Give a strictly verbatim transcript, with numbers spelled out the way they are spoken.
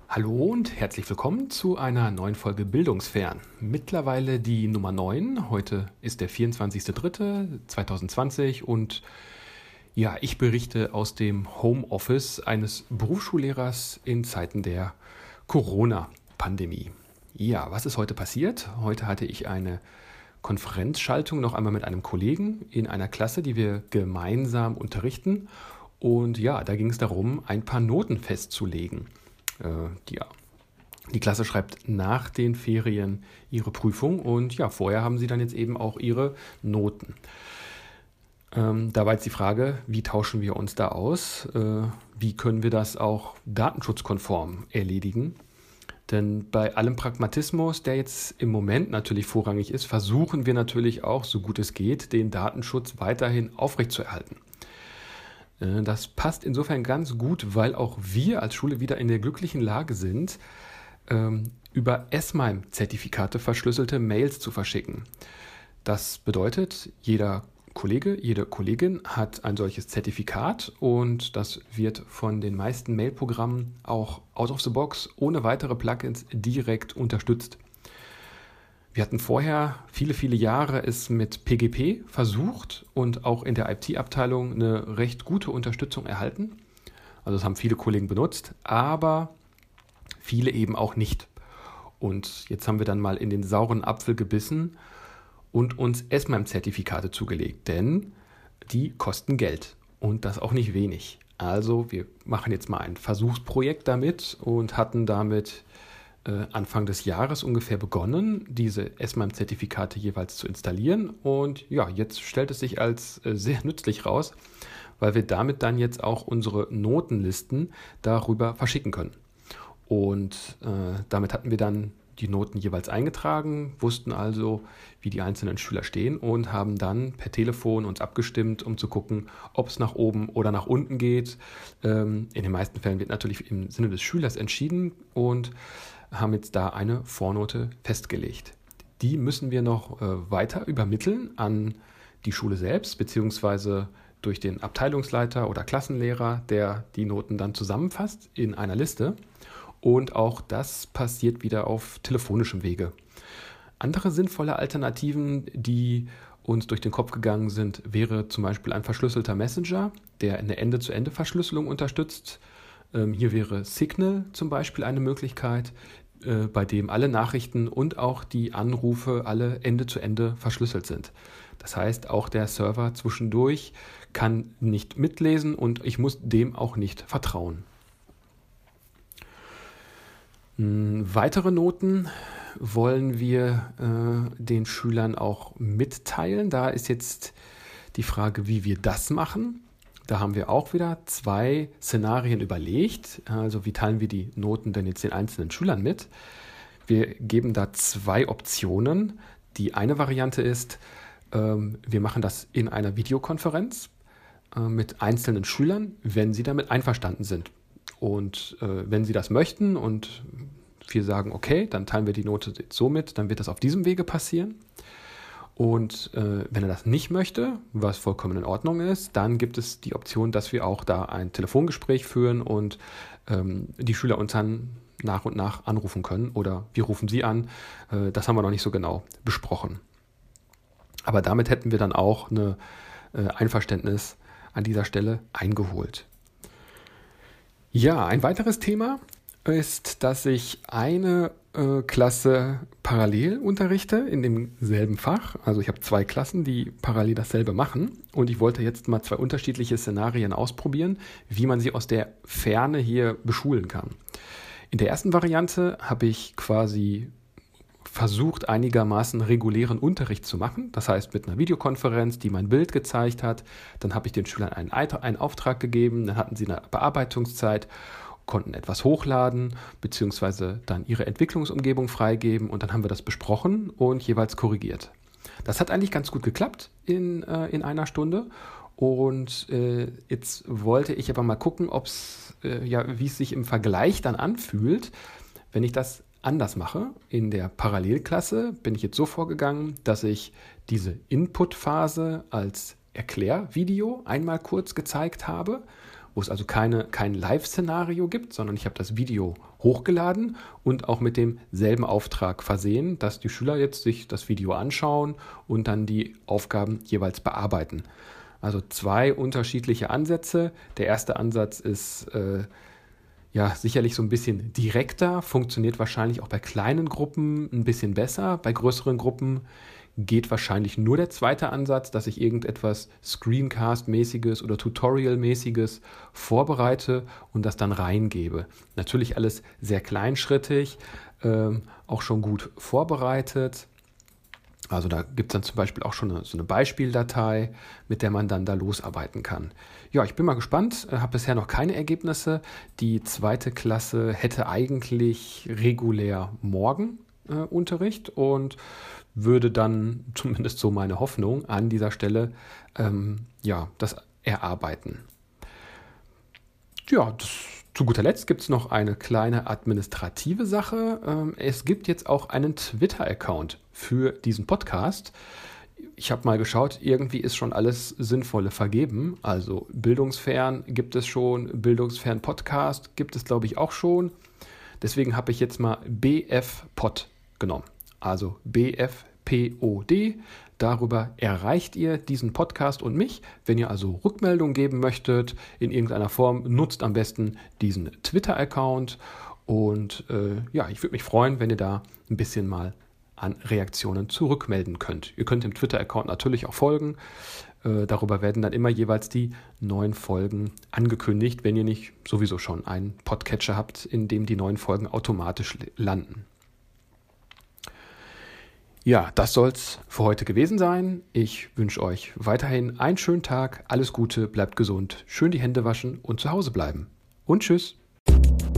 Hallo und herzlich willkommen zu einer neuen Folge Bildungsfern. Mittlerweile die Nummer neun. Heute ist der vierundzwanzigster dritter zweitausendzwanzig und ja, ich berichte aus dem Homeoffice eines Berufsschullehrers in Zeiten der Corona-Pandemie. Ja, was ist heute passiert? Heute hatte ich eine Konferenzschaltung noch einmal mit einem Kollegen in einer Klasse, die wir gemeinsam unterrichten. Und ja, da ging es darum, ein paar Noten festzulegen. Die, die Klasse schreibt nach den Ferien ihre Prüfung und ja, vorher haben sie dann jetzt eben auch ihre Noten. Ähm, da war jetzt die Frage, wie tauschen wir uns da aus? Äh, wie können wir das auch datenschutzkonform erledigen? Denn bei allem Pragmatismus, der jetzt im Moment natürlich vorrangig ist, versuchen wir natürlich auch, so gut es geht, den Datenschutz weiterhin aufrechtzuerhalten. Das passt insofern ganz gut, weil auch wir als Schule wieder in der glücklichen Lage sind, über S M I M-Zertifikate verschlüsselte Mails zu verschicken. Das bedeutet, jeder Kollege, jede Kollegin hat ein solches Zertifikat und das wird von den meisten Mailprogrammen auch out of the box ohne weitere Plugins direkt unterstützt. Wir hatten vorher viele, viele Jahre es mit P G P versucht und auch in der I T-Abteilung eine recht gute Unterstützung erhalten. Also das haben viele Kollegen benutzt, aber viele eben auch nicht. Und jetzt haben wir dann mal in den sauren Apfel gebissen und uns S M I M-Zertifikate zugelegt, denn die kosten Geld und das auch nicht wenig. Also wir machen jetzt mal ein Versuchsprojekt damit und hatten damit Anfang des Jahres ungefähr begonnen, diese S M I M-Zertifikate jeweils zu installieren. Und ja, jetzt stellt es sich als sehr nützlich raus, weil wir damit dann jetzt auch unsere Notenlisten darüber verschicken können. Und äh, damit hatten wir dann die Noten jeweils eingetragen, wussten also, wie die einzelnen Schüler stehen und haben dann per Telefon uns abgestimmt, um zu gucken, ob es nach oben oder nach unten geht. Ähm, in den meisten Fällen wird natürlich im Sinne des Schülers entschieden und haben jetzt da eine Vornote festgelegt. Die müssen wir noch äh, weiter übermitteln an die Schule selbst, beziehungsweise durch den Abteilungsleiter oder Klassenlehrer, der die Noten dann zusammenfasst in einer Liste. Und auch das passiert wieder auf telefonischem Wege. Andere sinnvolle Alternativen, die uns durch den Kopf gegangen sind, wäre zum Beispiel ein verschlüsselter Messenger, der eine Ende-zu-Ende-Verschlüsselung unterstützt. Hier wäre Signal zum Beispiel eine Möglichkeit, bei dem alle Nachrichten und auch die Anrufe alle Ende zu Ende verschlüsselt sind. Das heißt, auch der Server zwischendurch kann nicht mitlesen und ich muss dem auch nicht vertrauen. Weitere Noten wollen wir äh, den Schülern auch mitteilen. Da ist jetzt die Frage, wie wir das machen. Da haben wir auch wieder zwei Szenarien überlegt. Also wie teilen wir die Noten denn jetzt den einzelnen Schülern mit? Wir geben da zwei Optionen. Die eine Variante ist, ähm, wir machen das in einer Videokonferenz äh, mit einzelnen Schülern, wenn sie damit einverstanden sind. Und äh, wenn sie das möchten und wir sagen, okay, dann teilen wir die Note so mit, dann wird das auf diesem Wege passieren. Und äh, wenn er das nicht möchte, was vollkommen in Ordnung ist, dann gibt es die Option, dass wir auch da ein Telefongespräch führen und ähm, die Schüler uns dann nach und nach anrufen können oder wir rufen sie an. Äh, das haben wir noch nicht so genau besprochen. Aber damit hätten wir dann auch ein äh, Einverständnis an dieser Stelle eingeholt. Ja, ein weiteres Thema ist, dass ich eine äh, Klasse parallel unterrichte in demselben Fach. Also ich habe zwei Klassen, die parallel dasselbe machen und ich wollte jetzt mal zwei unterschiedliche Szenarien ausprobieren, wie man sie aus der Ferne hier beschulen kann. In der ersten Variante habe ich quasi versucht, einigermaßen regulären Unterricht zu machen. Das heißt, mit einer Videokonferenz, die mein Bild gezeigt hat. Dann habe ich den Schülern einen, einen Auftrag gegeben, dann hatten sie eine Bearbeitungszeit, konnten etwas hochladen, beziehungsweise dann ihre Entwicklungsumgebung freigeben und dann haben wir das besprochen und jeweils korrigiert. Das hat eigentlich ganz gut geklappt in, äh, in einer Stunde und äh, jetzt wollte ich aber mal gucken, ob's, äh, ja, wie es sich im Vergleich dann anfühlt, wenn ich das anders mache. In der Parallelklasse bin ich jetzt so vorgegangen, dass ich diese Input-Phase als Erklärvideo einmal kurz gezeigt habe, wo es also keine, kein Live-Szenario gibt, sondern ich habe das Video hochgeladen und auch mit demselben Auftrag versehen, dass die Schüler jetzt sich das Video anschauen und dann die Aufgaben jeweils bearbeiten. Also zwei unterschiedliche Ansätze. Der erste Ansatz ist äh, ja sicherlich so ein bisschen direkter, funktioniert wahrscheinlich auch bei kleinen Gruppen ein bisschen besser. Bei größeren Gruppen geht wahrscheinlich nur der zweite Ansatz, dass ich irgendetwas Screencast-mäßiges oder Tutorial-mäßiges vorbereite und das dann reingebe. Natürlich alles sehr kleinschrittig, ähm, auch schon gut vorbereitet. Also da gibt es dann zum Beispiel auch schon eine, so eine Beispieldatei, mit der man dann da losarbeiten kann. Ja, ich bin mal gespannt, habe bisher noch keine Ergebnisse. Die zweite Klasse hätte eigentlich regulär morgen äh, Unterricht und würde dann, zumindest so meine Hoffnung, an dieser Stelle ähm, ja, das erarbeiten. Ja, das, zu guter Letzt gibt es noch eine kleine administrative Sache. Ähm, es gibt jetzt auch einen Twitter-Account für diesen Podcast. Ich habe mal geschaut, irgendwie ist schon alles Sinnvolle vergeben. Also Bildungsfern gibt es schon, Bildungsfern Podcast gibt es, glaube ich, auch schon. Deswegen habe ich jetzt mal B F Pod genommen. Also B F P O D. Darüber erreicht ihr diesen Podcast und mich. Wenn ihr also Rückmeldungen geben möchtet in irgendeiner Form, nutzt am besten diesen Twitter-Account. Und äh, ja, ich würde mich freuen, wenn ihr da ein bisschen mal an Reaktionen zurückmelden könnt. Ihr könnt dem Twitter-Account natürlich auch folgen. Äh, darüber werden dann immer jeweils die neuen Folgen angekündigt, wenn ihr nicht sowieso schon einen Podcatcher habt, in dem die neuen Folgen automatisch landen. Ja, das soll's für heute gewesen sein. Ich wünsche euch weiterhin einen schönen Tag, alles Gute, bleibt gesund, schön die Hände waschen und zu Hause bleiben. Und tschüss.